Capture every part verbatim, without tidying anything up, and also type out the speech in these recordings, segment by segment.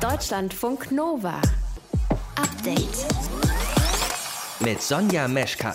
Deutschlandfunk Nova. Update. Mit Sonja Meschkat.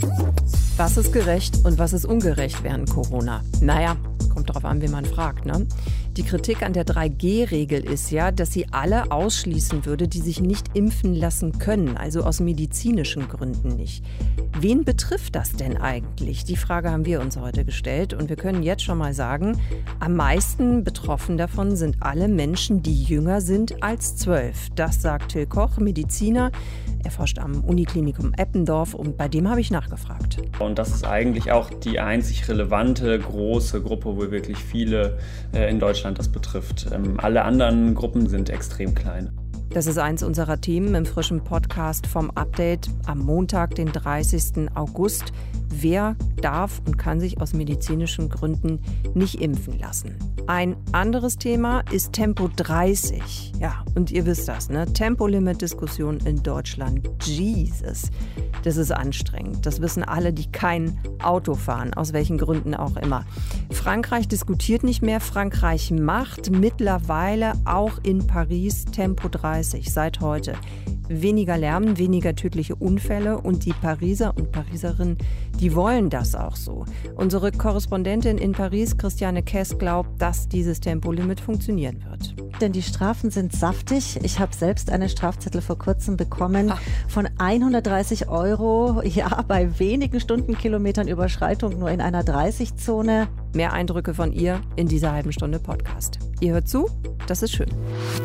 Was ist gerecht und was ist ungerecht während Corona? Naja, kommt drauf an, wie man fragt, ne? Die Kritik an der drei G Regel ist ja, dass sie alle ausschließen würde, die sich nicht impfen lassen können, also aus medizinischen Gründen nicht. Wen betrifft das denn eigentlich? Die Frage haben wir uns heute gestellt und wir können jetzt schon mal sagen, am meisten betroffen davon sind alle Menschen, die jünger sind als zwölf. Das sagt Till Koch, Mediziner. Er forscht am Uniklinikum Eppendorf und bei dem habe ich nachgefragt. Und das ist eigentlich auch die einzig relevante große Gruppe, wo wirklich viele äh, in Deutschland das betrifft. Ähm, alle anderen Gruppen sind extrem klein. Das ist eins unserer Themen im frischen Podcast vom Update am Montag, den dreißigsten August. Wer darf und kann sich aus medizinischen Gründen nicht impfen lassen? Ein anderes Thema ist Tempo dreißig. Ja, und ihr wisst das, ne? Tempolimit-Diskussion in Deutschland. Jesus, das ist anstrengend. Das wissen alle, die kein Auto fahren, aus welchen Gründen auch immer. Frankreich diskutiert nicht mehr. Frankreich macht mittlerweile auch in Paris Tempo dreißig seit heute. Weniger Lärm, weniger tödliche Unfälle und die Pariser und Pariserinnen, die wollen das auch so. Unsere Korrespondentin in Paris, Christiane Kess, glaubt, dass dieses Tempolimit funktionieren wird. Denn die Strafen sind saftig. Ich habe selbst einen Strafzettel vor kurzem bekommen Ach. von hundertdreißig Euro, ja, bei wenigen Stundenkilometern Überschreitung nur in einer dreißig-Zone. Mehr Eindrücke von ihr in dieser halben Stunde Podcast. Ihr hört zu, das ist schön.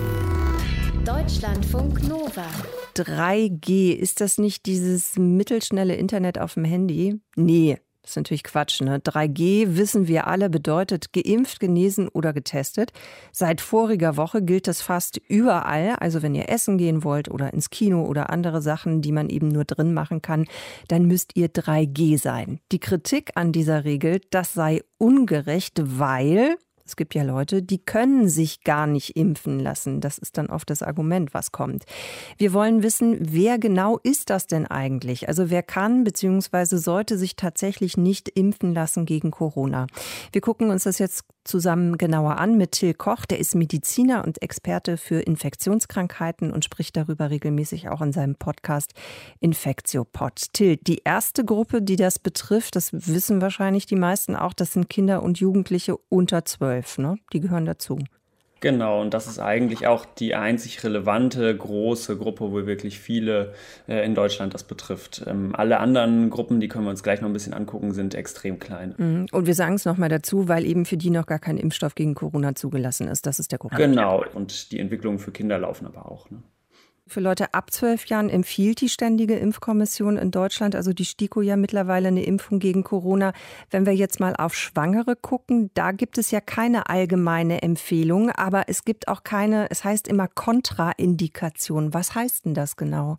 Deutschlandfunk Nova. drei G, ist das nicht dieses mittelschnelle Internet auf dem Handy? Nee, das ist natürlich Quatsch, ne? drei G, wissen wir alle, bedeutet geimpft, genesen oder getestet. Seit voriger Woche gilt das fast überall. Also wenn ihr essen gehen wollt oder ins Kino oder andere Sachen, die man eben nur drin machen kann, dann müsst ihr drei G sein. Die Kritik an dieser Regel, das sei ungerecht, weil... Es gibt ja Leute, die können sich gar nicht impfen lassen. Das ist dann oft das Argument, was kommt. Wir wollen wissen, wer genau ist das denn eigentlich? Also wer kann bzw. sollte sich tatsächlich nicht impfen lassen gegen Corona? Wir gucken uns das jetzt zusammen genauer an mit Till Koch. Der ist Mediziner und Experte für Infektionskrankheiten und spricht darüber regelmäßig auch in seinem Podcast Infektiopod. Till, die erste Gruppe, die das betrifft, das wissen wahrscheinlich die meisten auch, das sind Kinder und Jugendliche unter zwölf. Ne? Die gehören dazu. Genau, und das ist eigentlich auch die einzig relevante große Gruppe, wo wirklich viele äh, in Deutschland das betrifft. Ähm, alle anderen Gruppen, die können wir uns gleich noch ein bisschen angucken, sind extrem klein. Und wir sagen es nochmal dazu, weil eben für die noch gar kein Impfstoff gegen Corona zugelassen ist. Das ist der Grund. Genau, und die Entwicklungen für Kinder laufen aber auch. Ne? Für Leute ab zwölf Jahren empfiehlt die Ständige Impfkommission in Deutschland, also die STIKO, ja mittlerweile eine Impfung gegen Corona. Wenn wir jetzt mal auf Schwangere gucken, da gibt es ja keine allgemeine Empfehlung, aber es gibt auch keine, es heißt immer Kontraindikation. Was heißt denn das genau?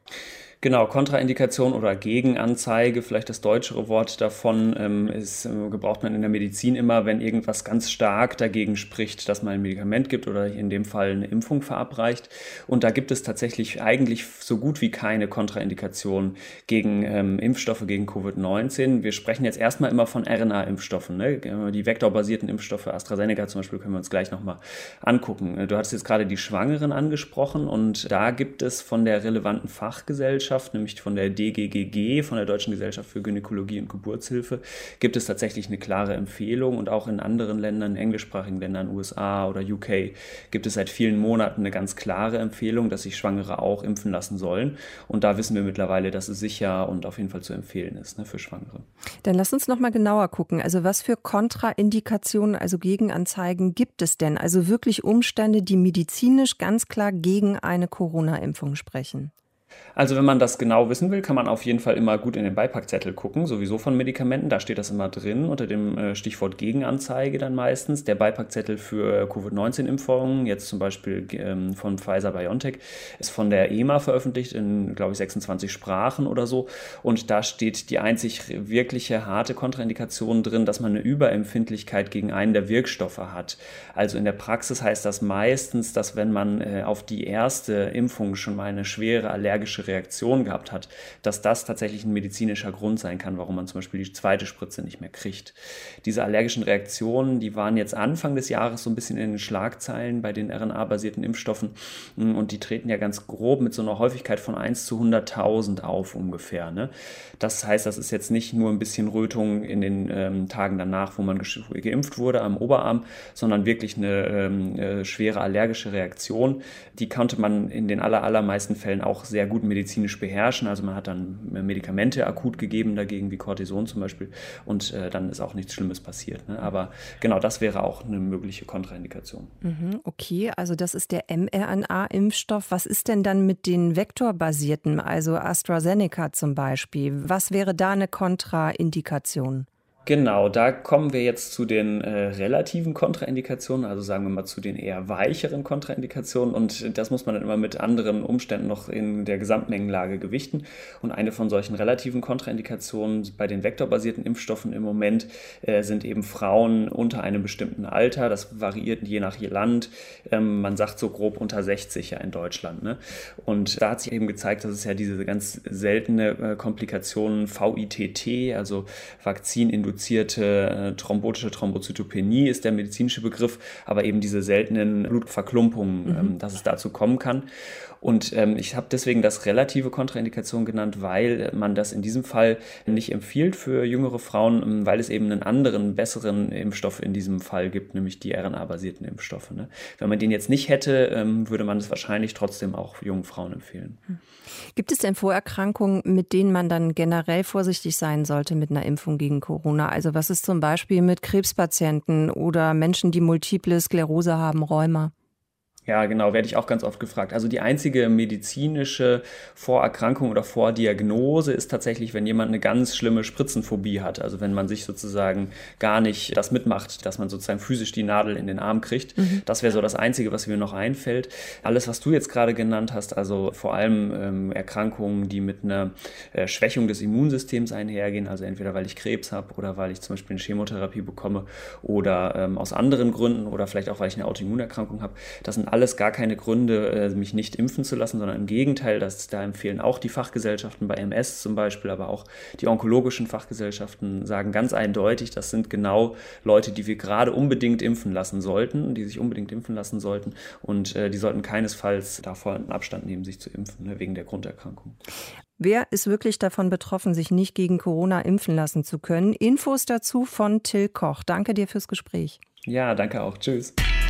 Genau, Kontraindikation oder Gegenanzeige, vielleicht das deutschere Wort davon, ähm, ist, äh, gebraucht man in der Medizin immer, wenn irgendwas ganz stark dagegen spricht, dass man ein Medikament gibt oder in dem Fall eine Impfung verabreicht. Und da gibt es tatsächlich eigentlich so gut wie keine Kontraindikation gegen ähm, Impfstoffe gegen Covid neunzehn. Wir sprechen jetzt erstmal immer von R N A-Impfstoffen. Ne? Die vektorbasierten Impfstoffe, AstraZeneca zum Beispiel, können wir uns gleich nochmal angucken. Du hattest jetzt gerade die Schwangeren angesprochen und da gibt es von der relevanten Fachgesellschaft, nämlich von der D G G G, von der Deutschen Gesellschaft für Gynäkologie und Geburtshilfe, gibt es tatsächlich eine klare Empfehlung und auch in anderen Ländern, englischsprachigen Ländern, U S A oder U K, gibt es seit vielen Monaten eine ganz klare Empfehlung, dass sich Schwangere auch impfen lassen sollen. Und da wissen wir mittlerweile, dass es sicher und auf jeden Fall zu empfehlen ist, ne, für Schwangere. Dann lass uns noch mal genauer gucken. Also was für Kontraindikationen, also Gegenanzeigen gibt es denn? Also wirklich Umstände, die medizinisch ganz klar gegen eine Corona-Impfung sprechen? Also wenn man das genau wissen will, kann man auf jeden Fall immer gut in den Beipackzettel gucken, sowieso von Medikamenten, da steht das immer drin, unter dem Stichwort Gegenanzeige dann meistens. Der Beipackzettel für Covid neunzehn Impfungen, jetzt zum Beispiel ähm, von Pfizer-BioNTech, ist von der E M A veröffentlicht in, glaube ich, sechsundzwanzig Sprachen oder so. Und da steht die einzig wirkliche harte Kontraindikation drin, dass man eine Überempfindlichkeit gegen einen der Wirkstoffe hat. Also in der Praxis heißt das meistens, dass wenn man äh, auf die erste Impfung schon mal eine schwere allergische allergische Reaktion gehabt hat, dass das tatsächlich ein medizinischer Grund sein kann, warum man zum Beispiel die zweite Spritze nicht mehr kriegt. Diese allergischen Reaktionen, die waren jetzt Anfang des Jahres so ein bisschen in den Schlagzeilen bei den R N A-basierten Impfstoffen und die treten ja ganz grob mit so einer Häufigkeit von eins zu hunderttausend auf ungefähr. Ne? Das heißt, das ist jetzt nicht nur ein bisschen Rötung in den ähm, Tagen danach, wo man ge- geimpft wurde am Oberarm, sondern wirklich eine ähm, äh, schwere allergische Reaktion. Die konnte man in den aller, allermeisten Fällen auch sehr gut medizinisch beherrschen. Also man hat dann Medikamente akut gegeben dagegen, wie Cortison zum Beispiel, und äh, dann ist auch nichts Schlimmes passiert. Ne? Aber genau das wäre auch eine mögliche Kontraindikation. Mhm, okay, also das ist der mRNA-Impfstoff. Was ist denn dann mit den vektorbasierten, also AstraZeneca zum Beispiel? Was wäre da eine Kontraindikation? Genau, da kommen wir jetzt zu den äh, relativen Kontraindikationen, also sagen wir mal zu den eher weicheren Kontraindikationen, und das muss man dann immer mit anderen Umständen noch in der Gesamtmengenlage gewichten. Und eine von solchen relativen Kontraindikationen bei den vektorbasierten Impfstoffen im Moment äh, sind eben Frauen unter einem bestimmten Alter. Das variiert je nach Land. Ähm, man sagt so grob unter sechzig ja in Deutschland. Ne? Und da hat sich eben gezeigt, dass es ja diese ganz seltene äh, Komplikation V I T T, also Vakzininduzierte äh, thrombotische Thrombozytopenie ist der medizinische Begriff, aber eben diese seltenen Blutverklumpungen, mhm. ähm, dass es dazu kommen kann. Und ähm, ich habe deswegen das relative Kontraindikation genannt, weil man das in diesem Fall nicht empfiehlt für jüngere Frauen, weil es eben einen anderen, besseren Impfstoff in diesem Fall gibt, nämlich die R N A-basierten Impfstoffe. Ne? Wenn man den jetzt nicht hätte, ähm, würde man es wahrscheinlich trotzdem auch jungen Frauen empfehlen. Gibt es denn Vorerkrankungen, mit denen man dann generell vorsichtig sein sollte mit einer Impfung gegen Corona? Also was ist zum Beispiel mit Krebspatienten oder Menschen, die multiple Sklerose haben, Rheuma? Ja, genau, werde ich auch ganz oft gefragt. Also die einzige medizinische Vorerkrankung oder Vordiagnose ist tatsächlich, wenn jemand eine ganz schlimme Spritzenphobie hat. Also wenn man sich sozusagen gar nicht das mitmacht, dass man sozusagen physisch die Nadel in den Arm kriegt. Mhm. Das wäre so das Einzige, was mir noch einfällt. Alles, was du jetzt gerade genannt hast, also vor allem ähm, Erkrankungen, die mit einer äh, Schwächung des Immunsystems einhergehen, also entweder weil ich Krebs habe oder weil ich zum Beispiel eine Chemotherapie bekomme oder ähm, aus anderen Gründen oder vielleicht auch, weil ich eine Autoimmunerkrankung habe, das sind alles gar keine Gründe, mich nicht impfen zu lassen, sondern im Gegenteil, das, da empfehlen auch die Fachgesellschaften bei M S zum Beispiel, aber auch die onkologischen Fachgesellschaften sagen ganz eindeutig, das sind genau Leute, die wir gerade unbedingt impfen lassen sollten, die sich unbedingt impfen lassen sollten, und äh, die sollten keinesfalls davor einen Abstand nehmen, sich zu impfen, ne, wegen der Grunderkrankung. Wer ist wirklich davon betroffen, sich nicht gegen Corona impfen lassen zu können? Infos dazu von Till Koch. Danke dir fürs Gespräch. Ja, danke auch. Tschüss.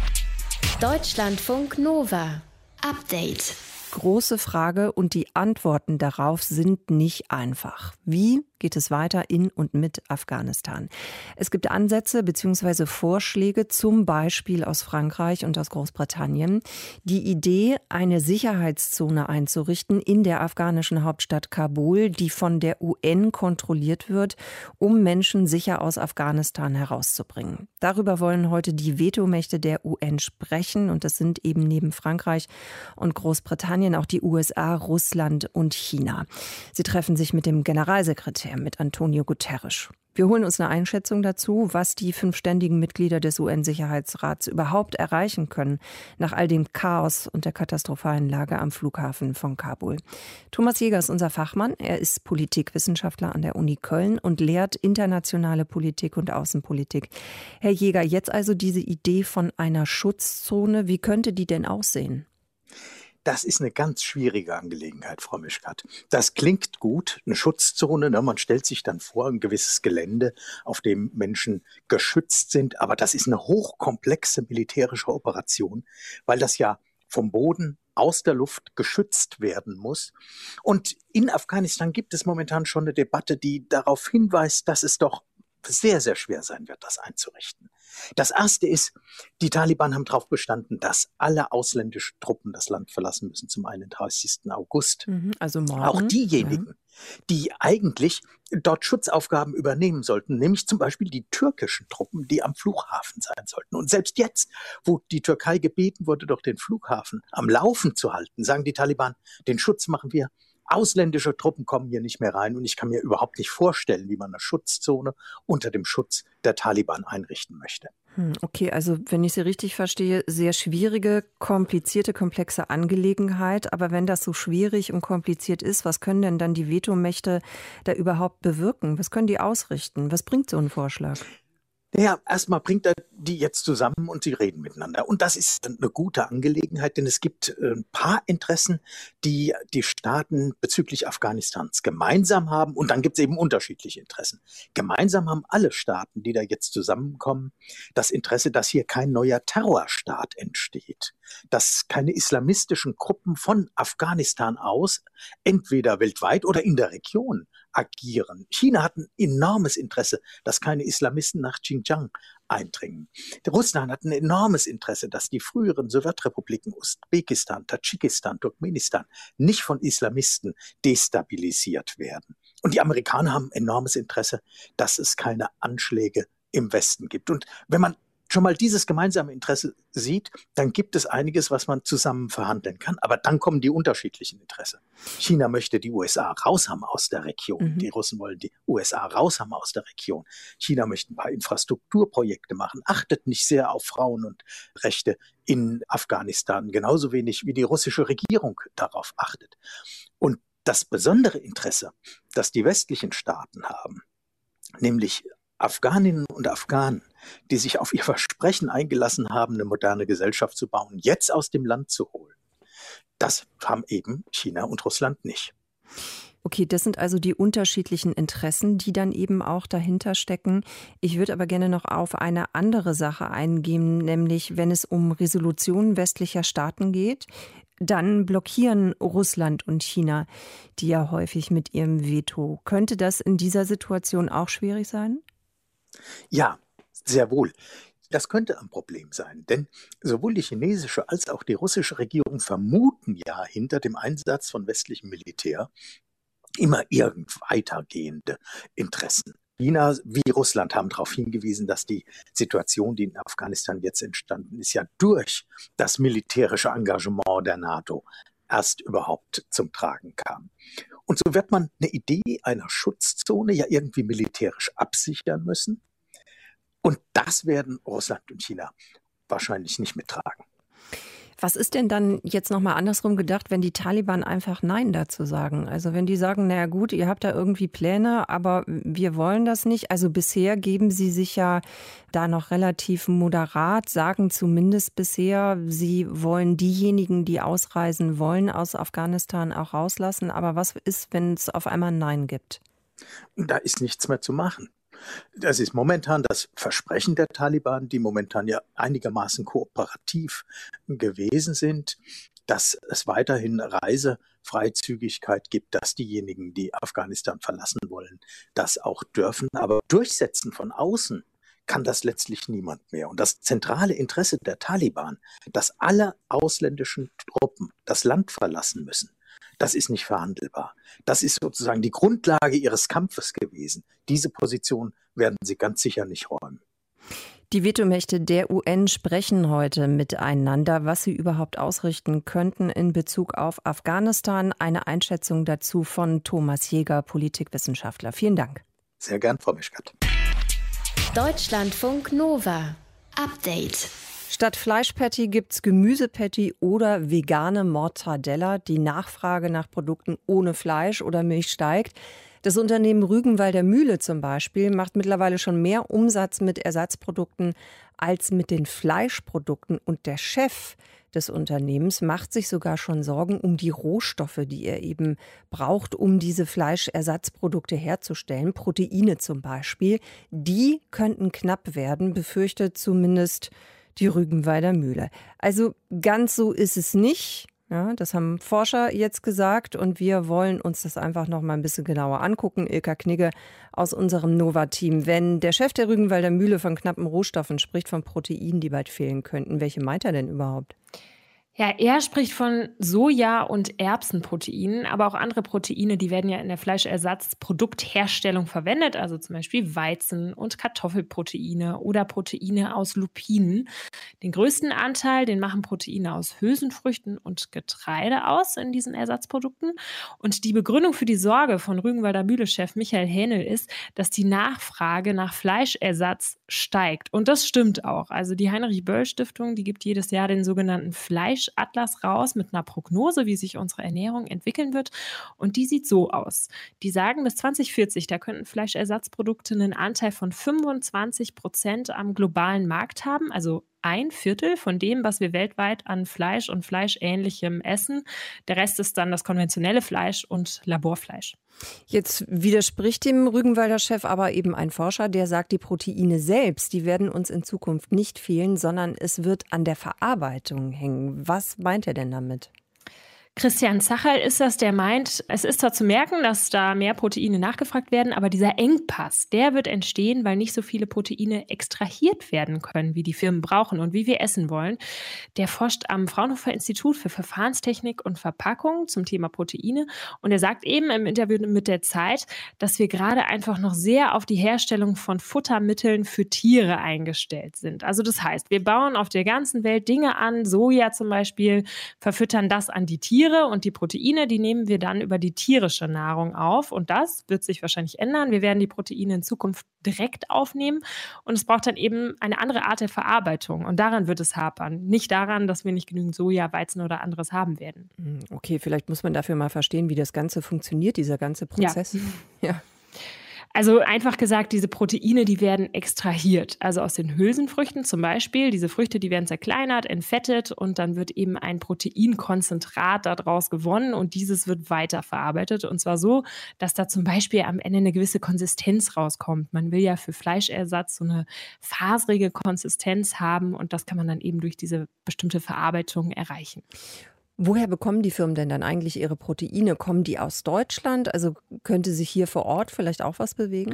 Deutschlandfunk Nova. Update. Große Frage, und die Antworten darauf sind nicht einfach. Wie geht es weiter in und mit Afghanistan? Es gibt Ansätze bzw. Vorschläge, zum Beispiel aus Frankreich und aus Großbritannien. Die Idee, eine Sicherheitszone einzurichten in der afghanischen Hauptstadt Kabul, die von der U N kontrolliert wird, um Menschen sicher aus Afghanistan herauszubringen. Darüber wollen heute die Vetomächte der U N sprechen, und das sind eben neben Frankreich und Großbritannien auch die U S A, Russland und China. Sie treffen sich mit dem Generalsekretär, mit Antonio Guterres. Wir holen uns eine Einschätzung dazu, was die fünf ständigen Mitglieder des U N-Sicherheitsrats überhaupt erreichen können, nach all dem Chaos und der katastrophalen Lage am Flughafen von Kabul. Thomas Jäger ist unser Fachmann. Er ist Politikwissenschaftler an der Uni Köln und lehrt internationale Politik und Außenpolitik. Herr Jäger, jetzt also diese Idee von einer Schutzzone. Wie könnte die denn aussehen? Das ist eine ganz schwierige Angelegenheit, Frau Meschkat. Das klingt gut, eine Schutzzone, ne? Man stellt sich dann vor, ein gewisses Gelände, auf dem Menschen geschützt sind. Aber das ist eine hochkomplexe militärische Operation, weil das ja vom Boden aus der Luft geschützt werden muss. Und in Afghanistan gibt es momentan schon eine Debatte, die darauf hinweist, dass es doch sehr, sehr schwer sein wird, das einzurichten. Das Erste ist, die Taliban haben darauf bestanden, dass alle ausländischen Truppen das Land verlassen müssen zum einunddreißigsten August. Also morgen. Auch diejenigen, ja. die eigentlich dort Schutzaufgaben übernehmen sollten, nämlich zum Beispiel die türkischen Truppen, die am Flughafen sein sollten. Und selbst jetzt, wo die Türkei gebeten wurde, doch den Flughafen am Laufen zu halten, sagen die Taliban, den Schutz machen wir Ausländische Truppen kommen hier nicht mehr rein und ich kann mir überhaupt nicht vorstellen, wie man eine Schutzzone unter dem Schutz der Taliban einrichten möchte. Okay, also wenn ich Sie richtig verstehe, sehr schwierige, komplizierte, komplexe Angelegenheit. Aber wenn das so schwierig und kompliziert ist, was können denn dann die Vetomächte da überhaupt bewirken? Was können die ausrichten? Was bringt so ein Vorschlag? Ja, erstmal bringt er die jetzt zusammen und sie reden miteinander. Und das ist eine gute Angelegenheit, denn es gibt ein paar Interessen, die die Staaten bezüglich Afghanistans gemeinsam haben. Und dann gibt es eben unterschiedliche Interessen. Gemeinsam haben alle Staaten, die da jetzt zusammenkommen, das Interesse, dass hier kein neuer Terrorstaat entsteht. Dass keine islamistischen Gruppen von Afghanistan aus, entweder weltweit oder in der Region, agieren. China hat ein enormes Interesse, dass keine Islamisten nach Xinjiang eindringen. Russland hat ein enormes Interesse, dass die früheren Sowjetrepubliken Usbekistan, Tadschikistan, Turkmenistan nicht von Islamisten destabilisiert werden. Und die Amerikaner haben ein enormes Interesse, dass es keine Anschläge im Westen gibt. Und wenn man schon mal dieses gemeinsame Interesse sieht, dann gibt es einiges, was man zusammen verhandeln kann. Aber dann kommen die unterschiedlichen Interessen. China möchte die U S A raus haben aus der Region. Mhm. Die Russen wollen die U S A raus haben aus der Region. China möchte ein paar Infrastrukturprojekte machen, achtet nicht sehr auf Frauen und Rechte in Afghanistan, genauso wenig wie die russische Regierung darauf achtet. Und das besondere Interesse, das die westlichen Staaten haben, nämlich Afghaninnen und Afghanen, die sich auf ihr Versprechen eingelassen haben, eine moderne Gesellschaft zu bauen, jetzt aus dem Land zu holen. Das haben eben China und Russland nicht. Okay, das sind also die unterschiedlichen Interessen, die dann eben auch dahinter stecken. Ich würde aber gerne noch auf eine andere Sache eingehen, nämlich wenn es um Resolutionen westlicher Staaten geht, dann blockieren Russland und China die ja häufig mit ihrem Veto. Könnte das in dieser Situation auch schwierig sein? Ja, sehr wohl. Das könnte ein Problem sein, denn sowohl die chinesische als auch die russische Regierung vermuten ja hinter dem Einsatz von westlichem Militär immer irgend weitergehende Interessen. China wie Russland haben darauf hingewiesen, dass die Situation, die in Afghanistan jetzt entstanden ist, ja durch das militärische Engagement der NATO erst überhaupt zum Tragen kam. Und so wird man eine Idee einer Schutzzone ja irgendwie militärisch absichern müssen. Und das werden Russland und China wahrscheinlich nicht mittragen. Was ist denn dann jetzt nochmal andersrum gedacht, wenn die Taliban einfach Nein dazu sagen? Also wenn die sagen, naja gut, ihr habt da irgendwie Pläne, aber wir wollen das nicht. Also bisher geben sie sich ja da noch relativ moderat, sagen zumindest bisher, sie wollen diejenigen, die ausreisen wollen, aus Afghanistan auch rauslassen. Aber was ist, wenn es auf einmal ein Nein gibt? Da ist nichts mehr zu machen. Das ist momentan das Versprechen der Taliban, die momentan ja einigermaßen kooperativ gewesen sind, dass es weiterhin Reisefreizügigkeit gibt, dass diejenigen, die Afghanistan verlassen wollen, das auch dürfen. Aber durchsetzen von außen kann das letztlich niemand mehr. Und das zentrale Interesse der Taliban, dass alle ausländischen Truppen das Land verlassen müssen, das ist nicht verhandelbar. Das ist sozusagen die Grundlage ihres Kampfes gewesen. Diese Position werden sie ganz sicher nicht räumen. Die Vetomächte der U N sprechen heute miteinander, was sie überhaupt ausrichten könnten in Bezug auf Afghanistan. Eine Einschätzung dazu von Thomas Jäger, Politikwissenschaftler. Vielen Dank. Sehr gern, Frau Meschkat. Deutschlandfunk Nova. Update. Statt Fleischpatty gibt's Gemüsepatty oder vegane Mortadella. Die Nachfrage nach Produkten ohne Fleisch oder Milch steigt. Das Unternehmen Rügenwalder Mühle zum Beispiel macht mittlerweile schon mehr Umsatz mit Ersatzprodukten als mit den Fleischprodukten. Und der Chef des Unternehmens macht sich sogar schon Sorgen um die Rohstoffe, die er eben braucht, um diese Fleischersatzprodukte herzustellen. Proteine zum Beispiel. Die könnten knapp werden, befürchtet zumindest die Rügenwalder Mühle. Also ganz so ist es nicht. Ja, das haben Forscher jetzt gesagt und wir wollen uns das einfach noch mal ein bisschen genauer angucken. Ilka Knigge aus unserem Nova-Team. Wenn der Chef der Rügenwalder Mühle von knappen Rohstoffen spricht, von Proteinen, die bald fehlen könnten, welche meint er denn überhaupt? Ja, er spricht von Soja- und Erbsenproteinen, aber auch andere Proteine, die werden ja in der Fleischersatzproduktherstellung verwendet, also zum Beispiel Weizen- und Kartoffelproteine oder Proteine aus Lupinen. Den größten Anteil, den machen Proteine aus Hülsenfrüchten und Getreide aus in diesen Ersatzprodukten. Und die Begründung für die Sorge von Rügenwalder Mühle-Chef Michael Hähnel ist, dass die Nachfrage nach Fleischersatz steigt. Und das stimmt auch. Also die Heinrich-Böll-Stiftung, die gibt jedes Jahr den sogenannten Fleisch Atlas raus mit einer Prognose, wie sich unsere Ernährung entwickeln wird. Und die sieht so aus. Die sagen, bis zwanzig vierzig, da könnten Fleischersatzprodukte einen Anteil von fünfundzwanzig Prozent am globalen Markt haben, also ein Viertel von dem, was wir weltweit an Fleisch und Fleischähnlichem essen. Der Rest ist dann das konventionelle Fleisch und Laborfleisch. Jetzt widerspricht dem Rügenwalder Chef aber eben ein Forscher, der sagt, die Proteine selbst, die werden uns in Zukunft nicht fehlen, sondern es wird an der Verarbeitung hängen. Was meint er denn damit? Christian Zacherl ist das, der meint, es ist zwar zu merken, dass da mehr Proteine nachgefragt werden, aber dieser Engpass, der wird entstehen, weil nicht so viele Proteine extrahiert werden können, wie die Firmen brauchen und wie wir essen wollen. Der forscht am Fraunhofer Institut für Verfahrenstechnik und Verpackung zum Thema Proteine und er sagt eben im Interview mit der Zeit, dass wir gerade einfach noch sehr auf die Herstellung von Futtermitteln für Tiere eingestellt sind. Also das heißt, wir bauen auf der ganzen Welt Dinge an, Soja zum Beispiel, verfüttern das an die Tiere, und die Proteine, die nehmen wir dann über die tierische Nahrung auf. Und das wird sich wahrscheinlich ändern. Wir werden die Proteine in Zukunft direkt aufnehmen. Und es braucht dann eben eine andere Art der Verarbeitung. Und daran wird es hapern. Nicht daran, dass wir nicht genügend Soja, Weizen oder anderes haben werden. Okay, vielleicht muss man dafür mal verstehen, wie das Ganze funktioniert, dieser ganze Prozess. Ja. ja. Also einfach gesagt, diese Proteine, die werden extrahiert. Also aus den Hülsenfrüchten zum Beispiel. Diese Früchte, die werden zerkleinert, entfettet und dann wird eben ein Proteinkonzentrat daraus gewonnen und dieses wird weiterverarbeitet. Und zwar so, dass da zum Beispiel am Ende eine gewisse Konsistenz rauskommt. Man will ja für Fleischersatz so eine faserige Konsistenz haben und das kann man dann eben durch diese bestimmte Verarbeitung erreichen. Woher bekommen die Firmen denn dann eigentlich ihre Proteine? Kommen die aus Deutschland? Also könnte sich hier vor Ort vielleicht auch was bewegen?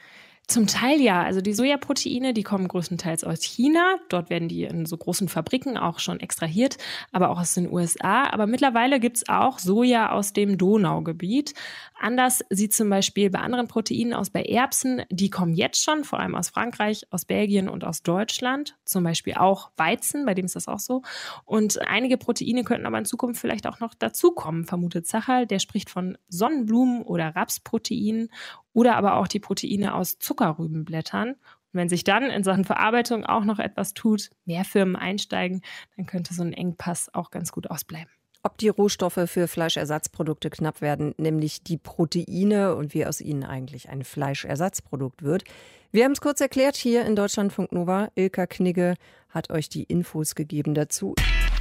Zum Teil ja. Also die Sojaproteine, die kommen größtenteils aus China. Dort werden die in so großen Fabriken auch schon extrahiert, aber auch aus den U S A. Aber mittlerweile gibt es auch Soja aus dem Donaugebiet. Anders sieht zum Beispiel bei anderen Proteinen aus bei Erbsen. Die kommen jetzt schon, vor allem aus Frankreich, aus Belgien und aus Deutschland. Zum Beispiel auch Weizen, bei dem ist das auch so. Und einige Proteine könnten aber in Zukunft vielleicht auch noch dazukommen, vermutet Zacherl. Der spricht von Sonnenblumen- oder Rapsproteinen oder aber auch die Proteine aus Zuckerrübenblättern. Und wenn sich dann in Sachen Verarbeitung auch noch etwas tut, mehr Firmen einsteigen, dann könnte so ein Engpass auch ganz gut ausbleiben. Ob die Rohstoffe für Fleischersatzprodukte knapp werden, nämlich die Proteine und wie aus ihnen eigentlich ein Fleischersatzprodukt wird. Wir haben es kurz erklärt hier in Deutschlandfunk Nova. Ilka Knigge hat euch die Infos gegeben dazu.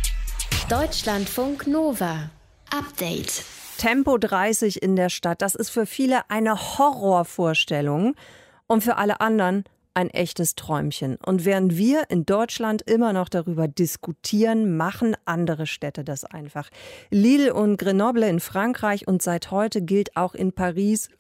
Deutschlandfunk Nova. Update. Tempo dreißig in der Stadt, das ist für viele eine Horrorvorstellung und für alle anderen ein echtes Träumchen. Und während wir in Deutschland immer noch darüber diskutieren, machen andere Städte das einfach. Lille und Grenoble in Frankreich und seit heute gilt auch in Paris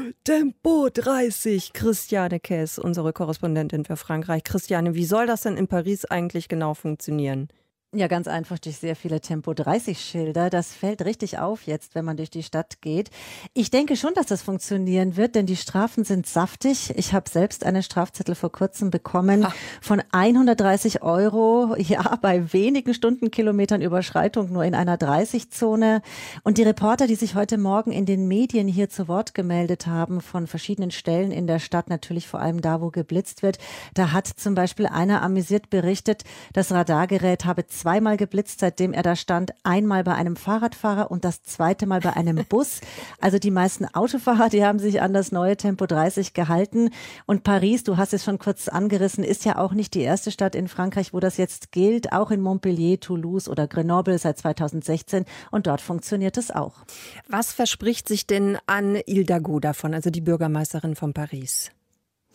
Tempo dreißig. Christiane Kess, unsere Korrespondentin für Frankreich. Christiane, wie soll das denn in Paris eigentlich genau funktionieren? Ja, ganz einfach durch sehr viele Tempo dreißig Schilder. Das fällt richtig auf jetzt, wenn man durch die Stadt geht. Ich denke schon, dass das funktionieren wird, denn die Strafen sind saftig. Ich habe selbst einen Strafzettel vor kurzem bekommen ha. von hundertdreißig Euro, ja, bei wenigen Stundenkilometern Überschreitung nur in einer dreißig-Zone. Und die Reporter, die sich heute Morgen in den Medien hier zu Wort gemeldet haben, von verschiedenen Stellen in der Stadt, natürlich vor allem da, wo geblitzt wird, da hat zum Beispiel einer amüsiert berichtet, das Radargerät habe zweimal geblitzt, seitdem er da stand. Einmal bei einem Fahrradfahrer und das zweite Mal bei einem Bus. Also die meisten Autofahrer, die haben sich an das neue Tempo dreißig gehalten. Und Paris, du hast es schon kurz angerissen, ist ja auch nicht die erste Stadt in Frankreich, wo das jetzt gilt. Auch in Montpellier, Toulouse oder Grenoble seit zweitausendsechzehn. Und dort funktioniert es auch. Was verspricht sich denn Anne Hidalgo davon, also die Bürgermeisterin von Paris?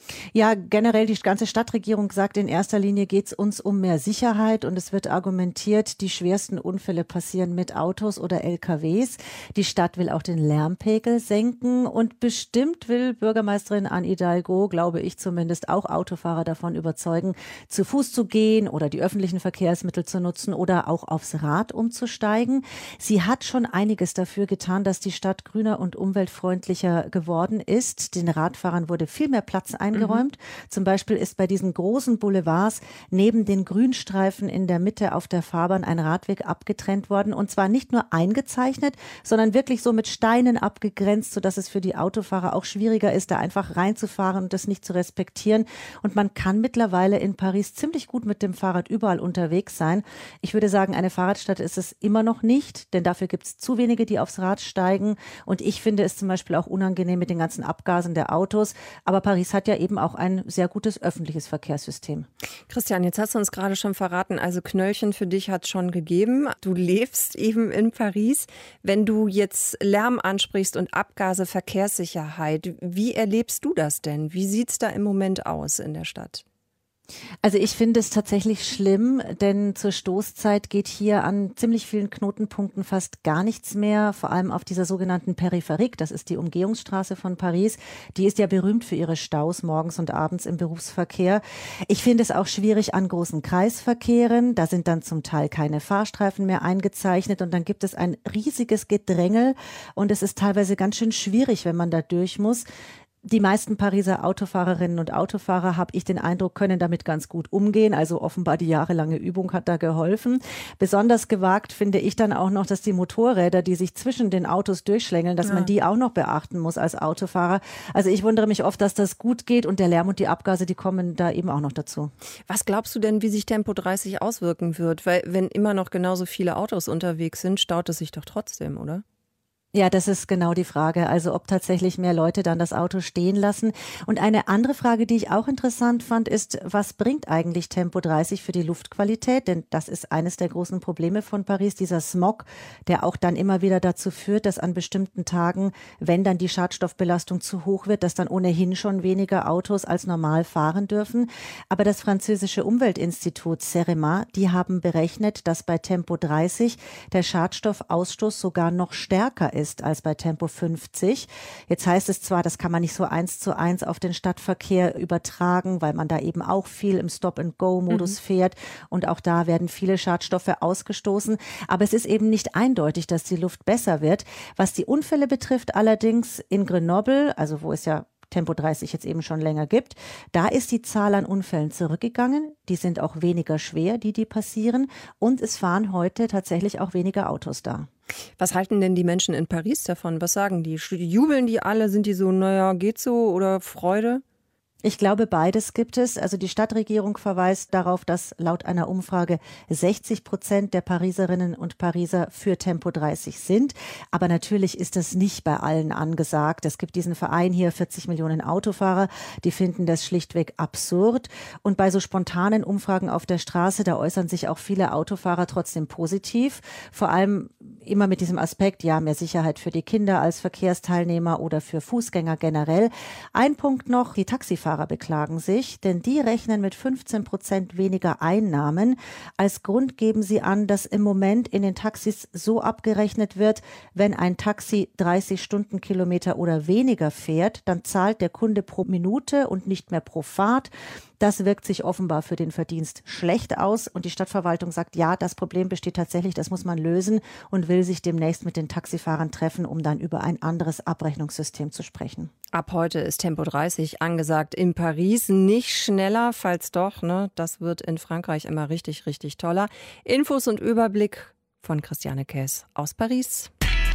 Ja, generell die ganze Stadtregierung sagt, in erster Linie geht es uns um mehr Sicherheit und es wird argumentiert, die schwersten Unfälle passieren mit Autos oder L K Ws. Die Stadt will auch den Lärmpegel senken und bestimmt will Bürgermeisterin Anne Hidalgo, glaube ich zumindest, auch Autofahrer davon überzeugen, zu Fuß zu gehen oder die öffentlichen Verkehrsmittel zu nutzen oder auch aufs Rad umzusteigen. Sie hat schon einiges dafür getan, dass die Stadt grüner und umweltfreundlicher geworden ist. Den Radfahrern wurde viel mehr Platz eingeräumt. Eingeräumt. Mhm. Zum Beispiel ist bei diesen großen Boulevards neben den Grünstreifen in der Mitte auf der Fahrbahn ein Radweg abgetrennt worden. Und zwar nicht nur eingezeichnet, sondern wirklich so mit Steinen abgegrenzt, sodass es für die Autofahrer auch schwieriger ist, da einfach reinzufahren und das nicht zu respektieren. Und man kann mittlerweile in Paris ziemlich gut mit dem Fahrrad überall unterwegs sein. Ich würde sagen, eine Fahrradstadt ist es immer noch nicht, denn dafür gibt es zu wenige, die aufs Rad steigen. Und ich finde es zum Beispiel auch unangenehm mit den ganzen Abgasen der Autos. Aber Paris hat ja eben auch ein sehr gutes öffentliches Verkehrssystem. Christian, jetzt hast du uns gerade schon verraten, also Knöllchen für dich hat es schon gegeben. Du lebst eben in Paris. Wenn du jetzt Lärm ansprichst und Abgase, Verkehrssicherheit, wie erlebst du das denn? Wie sieht es da im Moment aus in der Stadt? Also ich finde es tatsächlich schlimm, denn zur Stoßzeit geht hier an ziemlich vielen Knotenpunkten fast gar nichts mehr, vor allem auf dieser sogenannten Peripherik, das ist die Umgehungsstraße von Paris. Die ist ja berühmt für ihre Staus morgens und abends im Berufsverkehr. Ich finde es auch schwierig an großen Kreisverkehren, da sind dann zum Teil keine Fahrstreifen mehr eingezeichnet und dann gibt es ein riesiges Gedrängel und es ist teilweise ganz schön schwierig, wenn man da durch muss. Die meisten Pariser Autofahrerinnen und Autofahrer, habe ich den Eindruck, können damit ganz gut umgehen. Also offenbar die jahrelange Übung hat da geholfen. Besonders gewagt finde ich dann auch noch, dass die Motorräder, die sich zwischen den Autos durchschlängeln, dass ja. man die auch noch beachten muss als Autofahrer. Also ich wundere mich oft, dass das gut geht und der Lärm und die Abgase, die kommen da eben auch noch dazu. Was glaubst du denn, wie sich Tempo dreißig auswirken wird? Weil wenn immer noch genauso viele Autos unterwegs sind, staut es sich doch trotzdem, oder? Ja, das ist genau die Frage. Also ob tatsächlich mehr Leute dann das Auto stehen lassen. Und eine andere Frage, die ich auch interessant fand, ist, was bringt eigentlich Tempo dreißig für die Luftqualität? Denn das ist eines der großen Probleme von Paris, dieser Smog, der auch dann immer wieder dazu führt, dass an bestimmten Tagen, wenn dann die Schadstoffbelastung zu hoch wird, dass dann ohnehin schon weniger Autos als normal fahren dürfen. Aber das französische Umweltinstitut CEREMA, die haben berechnet, dass bei Tempo dreißig der Schadstoffausstoß sogar noch stärker ist als bei Tempo fünfzig. Jetzt heißt es zwar, das kann man nicht so eins zu eins auf den Stadtverkehr übertragen, weil man da eben auch viel im Stop-and-Go-Modus mhm. fährt und auch da werden viele Schadstoffe ausgestoßen. Aber es ist eben nicht eindeutig, dass die Luft besser wird. Was die Unfälle betrifft allerdings in Grenoble, also wo es ja Tempo dreißig jetzt eben schon länger gibt, da ist die Zahl an Unfällen zurückgegangen. Die sind auch weniger schwer, die, die passieren. Und es fahren heute tatsächlich auch weniger Autos da. Was halten denn die Menschen in Paris davon? Was sagen die? Jubeln die alle? Sind die so, naja, geht so oder Freude? Ich glaube, beides gibt es. Also die Stadtregierung verweist darauf, dass laut einer Umfrage sechzig Prozent der Pariserinnen und Pariser für Tempo dreißig sind. Aber natürlich ist das nicht bei allen angesagt. Es gibt diesen Verein hier, vierzig Millionen Autofahrer, die finden das schlichtweg absurd. Und bei so spontanen Umfragen auf der Straße, da äußern sich auch viele Autofahrer trotzdem positiv. Vor allem immer mit diesem Aspekt, ja, mehr Sicherheit für die Kinder als Verkehrsteilnehmer oder für Fußgänger generell. Ein Punkt noch, die Taxifahrer beklagen sich, denn die rechnen mit fünfzehn Prozent weniger Einnahmen. Als Grund geben sie an, dass im Moment in den Taxis so abgerechnet wird, wenn ein Taxi dreißig Stundenkilometer oder weniger fährt, dann zahlt der Kunde pro Minute und nicht mehr pro Fahrt. Das wirkt sich offenbar für den Verdienst schlecht aus und die Stadtverwaltung sagt, ja, das Problem besteht tatsächlich, das muss man lösen und will sich demnächst mit den Taxifahrern treffen, um dann über ein anderes Abrechnungssystem zu sprechen. Ab heute ist Tempo dreißig angesagt in Paris. Nicht schneller, falls doch, ne? Das wird in Frankreich immer richtig, richtig toller. Infos und Überblick von Christiane Käs aus Paris.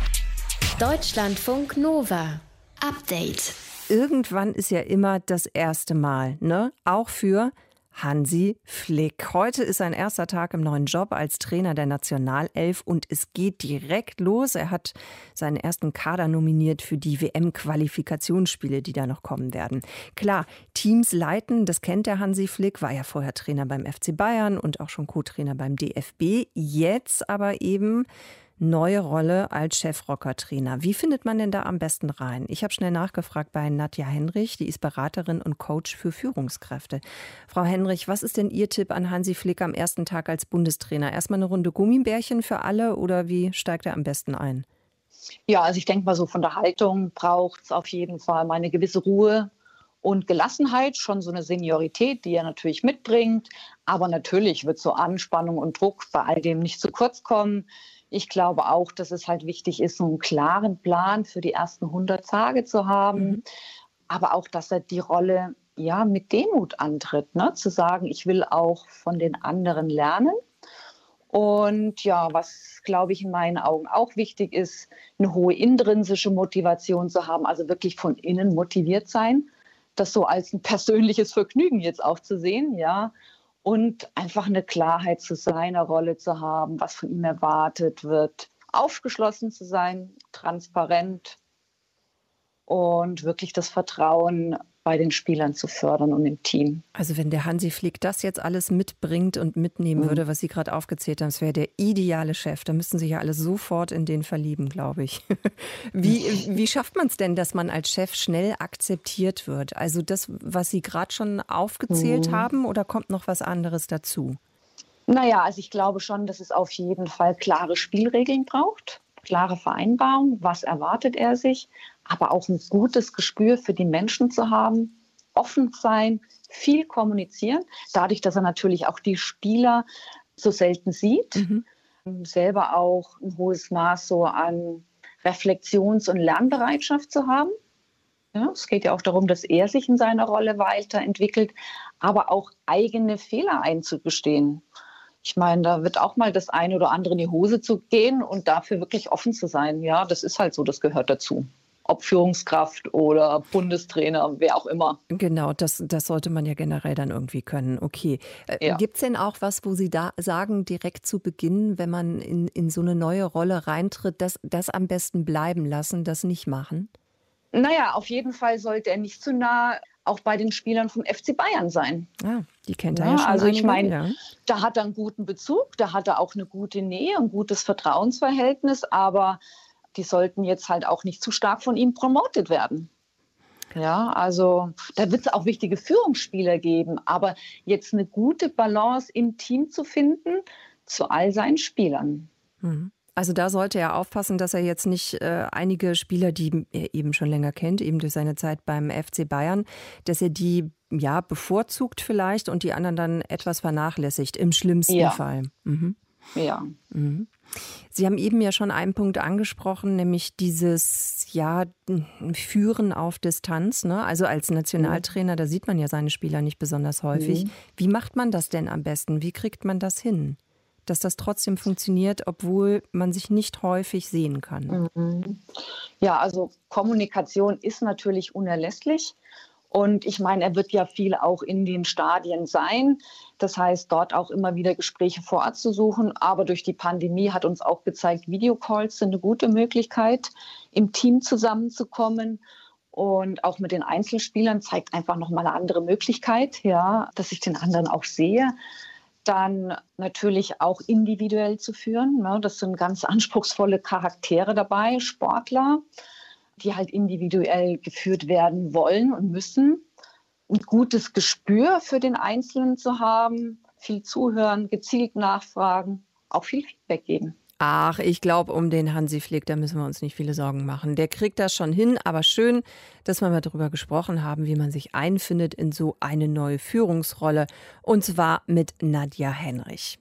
Deutschlandfunk Nova. Update. Irgendwann ist ja immer das erste Mal, ne? Auch für Hansi Flick. Heute ist sein erster Tag im neuen Job als Trainer der Nationalelf und es geht direkt los. Er hat seinen ersten Kader nominiert für die W M-Qualifikationsspiele, die da noch kommen werden. Klar, Teams leiten, das kennt der Hansi Flick, war ja vorher Trainer beim F C Bayern und auch schon Co-Trainer beim D F B. Jetzt aber eben neue Rolle als Chefrocker-Trainer. Wie findet man denn da am besten rein? Ich habe schnell nachgefragt bei Nadja Henrich, die ist Beraterin und Coach für Führungskräfte. Frau Henrich, was ist denn Ihr Tipp an Hansi Flick am ersten Tag als Bundestrainer? Erstmal eine Runde Gummibärchen für alle oder wie steigt er am besten ein? Ja, also ich denke mal so von der Haltung braucht es auf jeden Fall mal eine gewisse Ruhe und Gelassenheit, schon so eine Seniorität, die er natürlich mitbringt. Aber natürlich wird so Anspannung und Druck bei all dem nicht zu kurz kommen. Ich glaube auch, dass es halt wichtig ist, so einen klaren Plan für die ersten hundert Tage zu haben. Mhm. Aber auch, dass er die Rolle ja mit Demut antritt, ne? Zu sagen, ich will auch von den anderen lernen. Und ja, was, glaube ich, in meinen Augen auch wichtig ist, eine hohe intrinsische Motivation zu haben, also wirklich von innen motiviert sein. Das so als ein persönliches Vergnügen jetzt auch zu sehen, ja. Und einfach eine Klarheit zu seiner Rolle zu haben, was von ihm erwartet wird. Aufgeschlossen zu sein, transparent und wirklich das Vertrauen bei den Spielern zu fördern und im Team. Also wenn der Hansi Flick das jetzt alles mitbringt und mitnehmen mhm. würde, was Sie gerade aufgezählt haben, das wäre der ideale Chef. Da müssten sich ja alle sofort in den verlieben, glaube ich. Wie, wie schafft man es denn, dass man als Chef schnell akzeptiert wird? Also das, was Sie gerade schon aufgezählt mhm. haben, oder kommt noch was anderes dazu? Naja, also ich glaube schon, dass es auf jeden Fall klare Spielregeln braucht. Klare Vereinbarung, was erwartet er sich, aber auch ein gutes Gespür für die Menschen zu haben, offen sein, viel kommunizieren, dadurch, dass er natürlich auch die Spieler so selten sieht, mhm. selber auch ein hohes Maß so an Reflexions- und Lernbereitschaft zu haben. Ja, es geht ja auch darum, dass er sich in seiner Rolle weiterentwickelt, aber auch eigene Fehler einzugestehen. Ich meine, da wird auch mal das eine oder andere in die Hose zu gehen und dafür wirklich offen zu sein. Ja, das ist halt so, das gehört dazu. Ob Führungskraft oder Bundestrainer, wer auch immer. Genau, das, das sollte man ja generell dann irgendwie können. Okay. Ja. Gibt es denn auch was, wo Sie da sagen, direkt zu Beginn, wenn man in, in so eine neue Rolle reintritt, das, das am besten bleiben lassen, das nicht machen? Naja, auf jeden Fall sollte er nicht zu nah auch bei den Spielern vom F C Bayern sein. Ah, die kennt er ja, ja schon. Also ich meine, ja. da hat er einen guten Bezug, da hat er auch eine gute Nähe, ein gutes Vertrauensverhältnis, aber die sollten jetzt halt auch nicht zu stark von ihm promotet werden. Ja, also da wird es auch wichtige Führungsspieler geben, aber jetzt eine gute Balance im Team zu finden zu all seinen Spielern. Mhm. Also da sollte er aufpassen, dass er jetzt nicht äh, einige Spieler, die er eben schon länger kennt, eben durch seine Zeit beim F C Bayern, dass er die ja bevorzugt vielleicht und die anderen dann etwas vernachlässigt, im schlimmsten ja. Fall. Mhm. Ja. Mhm. Sie haben eben ja schon einen Punkt angesprochen, nämlich dieses ja, Führen auf Distanz. Ne? Also als Nationaltrainer, da sieht man ja seine Spieler nicht besonders häufig. Mhm. Wie macht man das denn am besten? Wie kriegt man das hin, dass das trotzdem funktioniert, obwohl man sich nicht häufig sehen kann? Mhm. Ja, also Kommunikation ist natürlich unerlässlich. Und ich meine, er wird ja viel auch in den Stadien sein. Das heißt, dort auch immer wieder Gespräche vor Ort zu suchen. Aber durch die Pandemie hat uns auch gezeigt, Videocalls sind eine gute Möglichkeit, im Team zusammenzukommen. Und auch mit den Einzelspielern zeigt einfach nochmal eine andere Möglichkeit, ja, dass ich den anderen auch sehe. Dann natürlich auch individuell zu führen. Ne? Das sind ganz anspruchsvolle Charaktere dabei, Sportler, die halt individuell geführt werden wollen und müssen. Ein gutes Gespür für den Einzelnen zu haben, viel zuhören, gezielt nachfragen, auch viel Feedback geben. Ach, ich glaube, um den Hansi Flick, da müssen wir uns nicht viele Sorgen machen. Der kriegt das schon hin, aber schön, dass wir mal darüber gesprochen haben, wie man sich einfindet in so eine neue Führungsrolle. Und zwar mit Nadja Henrich.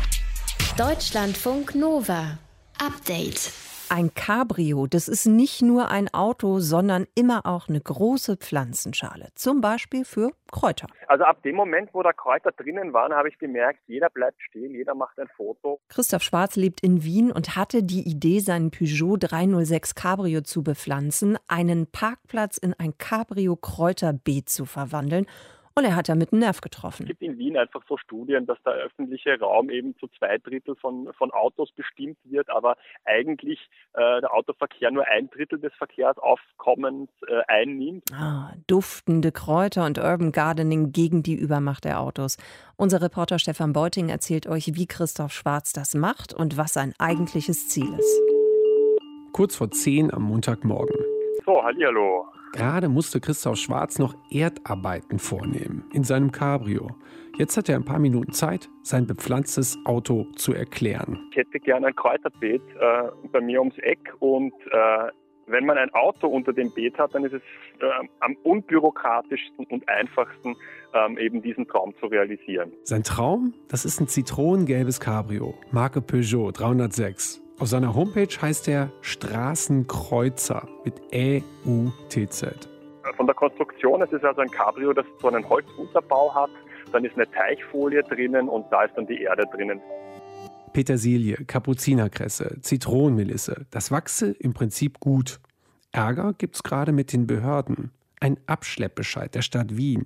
Deutschlandfunk Nova. Update. Ein Cabrio, das ist nicht nur ein Auto, sondern immer auch eine große Pflanzenschale. Zum Beispiel für Kräuter. Also ab dem Moment, wo da Kräuter drinnen waren, habe ich gemerkt, jeder bleibt stehen, jeder macht ein Foto. Christoph Schwarz lebt in Wien und hatte die Idee, seinen Peugeot dreihundertsechs Cabrio zu bepflanzen, einen Parkplatz in ein Cabrio-Kräuterbeet zu verwandeln. Und er hat ja mit dem Nerv getroffen. Es gibt in Wien einfach so Studien, dass der öffentliche Raum eben zu zwei Drittel von, von Autos bestimmt wird, aber eigentlich äh, der Autoverkehr nur ein Drittel des Verkehrsaufkommens äh, einnimmt. Ah, duftende Kräuter und Urban Gardening gegen die Übermacht der Autos. Unser Reporter Stefan Beuting erzählt euch, wie Christoph Schwarz das macht und was sein eigentliches Ziel ist. Kurz vor zehn am Montagmorgen. So, hallihallo. Gerade musste Christoph Schwarz noch Erdarbeiten vornehmen in seinem Cabrio. Jetzt hat er ein paar Minuten Zeit, sein bepflanztes Auto zu erklären. Ich hätte gerne ein Kräuterbeet äh, bei mir ums Eck und äh, wenn man ein Auto unter dem Beet hat, dann ist es äh, am unbürokratischsten und einfachsten, ähm, eben diesen Traum zu realisieren. Sein Traum? Das ist ein zitronengelbes Cabrio, Marke Peugeot dreihundertsechs. Auf seiner Homepage heißt er Straßenkreuzer mit Ä U T Z. Von der Konstruktion, es ist also ein Cabrio, das so einen Holzunterbau hat, dann ist eine Teichfolie drinnen und da ist dann die Erde drinnen. Petersilie, Kapuzinerkresse, Zitronenmelisse, das wachse im Prinzip gut. Ärger gibt's gerade mit den Behörden. Ein Abschleppbescheid der Stadt Wien.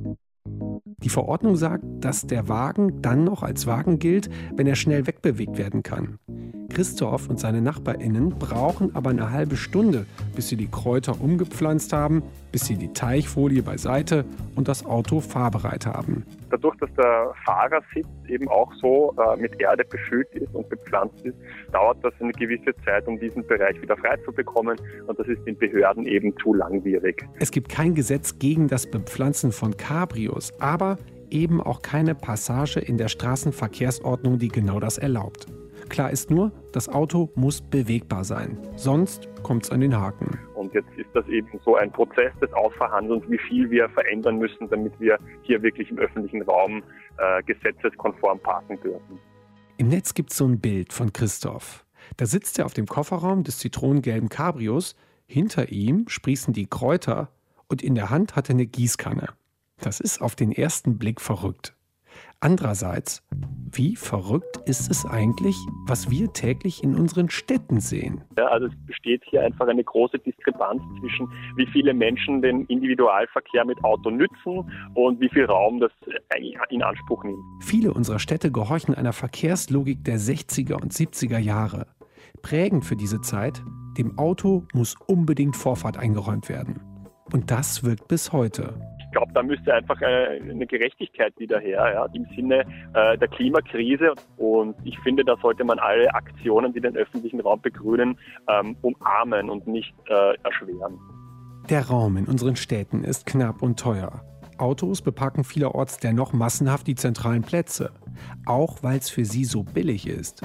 Die Verordnung sagt, dass der Wagen dann noch als Wagen gilt, wenn er schnell wegbewegt werden kann. Christoph und seine NachbarInnen brauchen aber eine halbe Stunde, bis sie die Kräuter umgepflanzt haben, bis sie die Teichfolie beiseite und das Auto fahrbereit haben. Dadurch, dass der Fahrersitz eben auch so äh, mit Erde beschützt ist und bepflanzt ist, dauert das eine gewisse Zeit, um diesen Bereich wieder frei zu bekommen. Und das ist den Behörden eben zu langwierig. Es gibt kein Gesetz gegen das Bepflanzen von Cabrios, aber eben auch keine Passage in der Straßenverkehrsordnung, die genau das erlaubt. Klar ist nur, das Auto muss bewegbar sein. Sonst kommt es an den Haken. Und jetzt ist das eben so ein Prozess des Ausverhandelns, wie viel wir verändern müssen, damit wir hier wirklich im öffentlichen Raum äh, gesetzeskonform parken dürfen. Im Netz gibt es so ein Bild von Christoph. Da sitzt er auf dem Kofferraum des zitronengelben Cabrios. Hinter ihm sprießen die Kräuter und in der Hand hat er eine Gießkanne. Das ist auf den ersten Blick verrückt. Andererseits, wie verrückt ist es eigentlich, was wir täglich in unshren Städten sehen? Ja, also es besteht hier einfach eine große Diskrepanz zwischen, wie viele Menschen den Individualverkehr mit Auto nützen und wie viel Raum das in Anspruch nimmt. Viele unserer Städte gehorchen einer Verkehrslogik der sechziger und siebziger Jahre. Prägend für diese Zeit, dem Auto muss unbedingt Vorfahrt eingeräumt werden. Und das wirkt bis heute. Ich glaube, da müsste einfach eine Gerechtigkeit wieder her, ja, im Sinne äh, der Klimakrise. Und ich finde, da sollte man alle Aktionen, die den öffentlichen Raum begrünen, ähm, umarmen und nicht äh, erschweren. Der Raum in unseren Städten ist knapp und teuer. Autos bepacken vielerorts dennoch massenhaft die zentralen Plätze, auch weil es für sie so billig ist.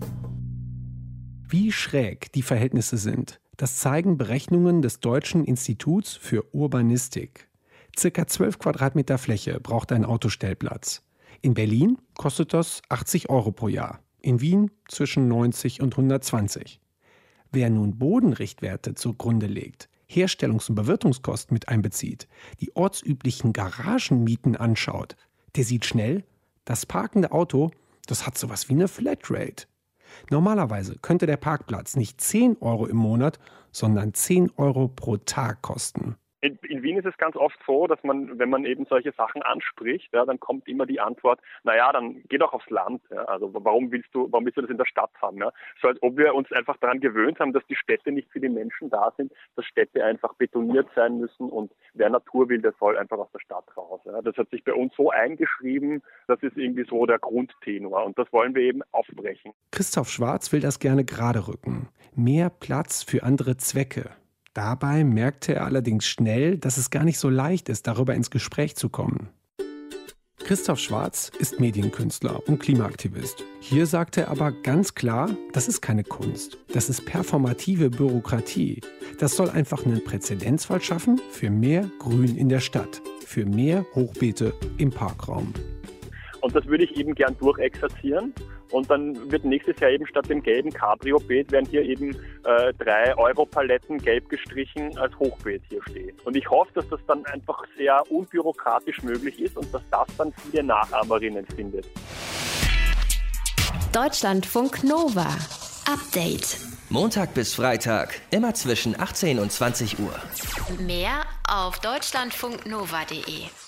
Wie schräg die Verhältnisse sind, das zeigen Berechnungen des Deutschen Instituts für Urbanistik. Circa zwölf Quadratmeter Fläche braucht ein Autostellplatz. In Berlin kostet das achtzig Euro pro Jahr. In Wien zwischen neunzig und hundertzwanzig. Wer nun Bodenrichtwerte zugrunde legt, Herstellungs- und Bewirtungskosten mit einbezieht, die ortsüblichen Garagenmieten anschaut, der sieht schnell, das parkende Auto, das hat sowas wie eine Flatrate. Normalerweise könnte der Parkplatz nicht zehn Euro im Monat, sondern zehn Euro pro Tag kosten. In, in Wien ist es ganz oft so, dass man, wenn man eben solche Sachen anspricht, ja, dann kommt immer die Antwort, naja, dann geh doch aufs Land. Ja, also warum willst du, warum willst du das in der Stadt haben? Ja? So als ob wir uns einfach daran gewöhnt haben, dass die Städte nicht für die Menschen da sind, dass Städte einfach betoniert sein müssen und wer Natur will, der soll einfach aus der Stadt raus. Ja? Das hat sich bei uns so eingeschrieben, das ist irgendwie so der Grundtenor und das wollen wir eben aufbrechen. Christoph Schwarz will das gerne gerade rücken. Mehr Platz für andere Zwecke. Dabei merkte er allerdings schnell, dass es gar nicht so leicht ist, darüber ins Gespräch zu kommen. Christoph Schwarz ist Medienkünstler und Klimaaktivist. Hier sagt er aber ganz klar, das ist keine Kunst. Das ist performative Bürokratie. Das soll einfach einen Präzedenzfall schaffen für mehr Grün in der Stadt, für mehr Hochbeete im Parkraum. Und das würde ich eben gern durchexerzieren. Und dann wird nächstes Jahr eben statt dem gelben Cabrio-Beet werden hier eben äh, drei Euro-Paletten gelb gestrichen als Hochbeet hier stehen. Und ich hoffe, dass das dann einfach sehr unbürokratisch möglich ist und dass das dann viele Nachahmerinnen findet. Deutschlandfunk Nova. Update. Montag bis Freitag, immer zwischen achtzehn und zwanzig Uhr. Mehr auf deutschlandfunknova punkt de.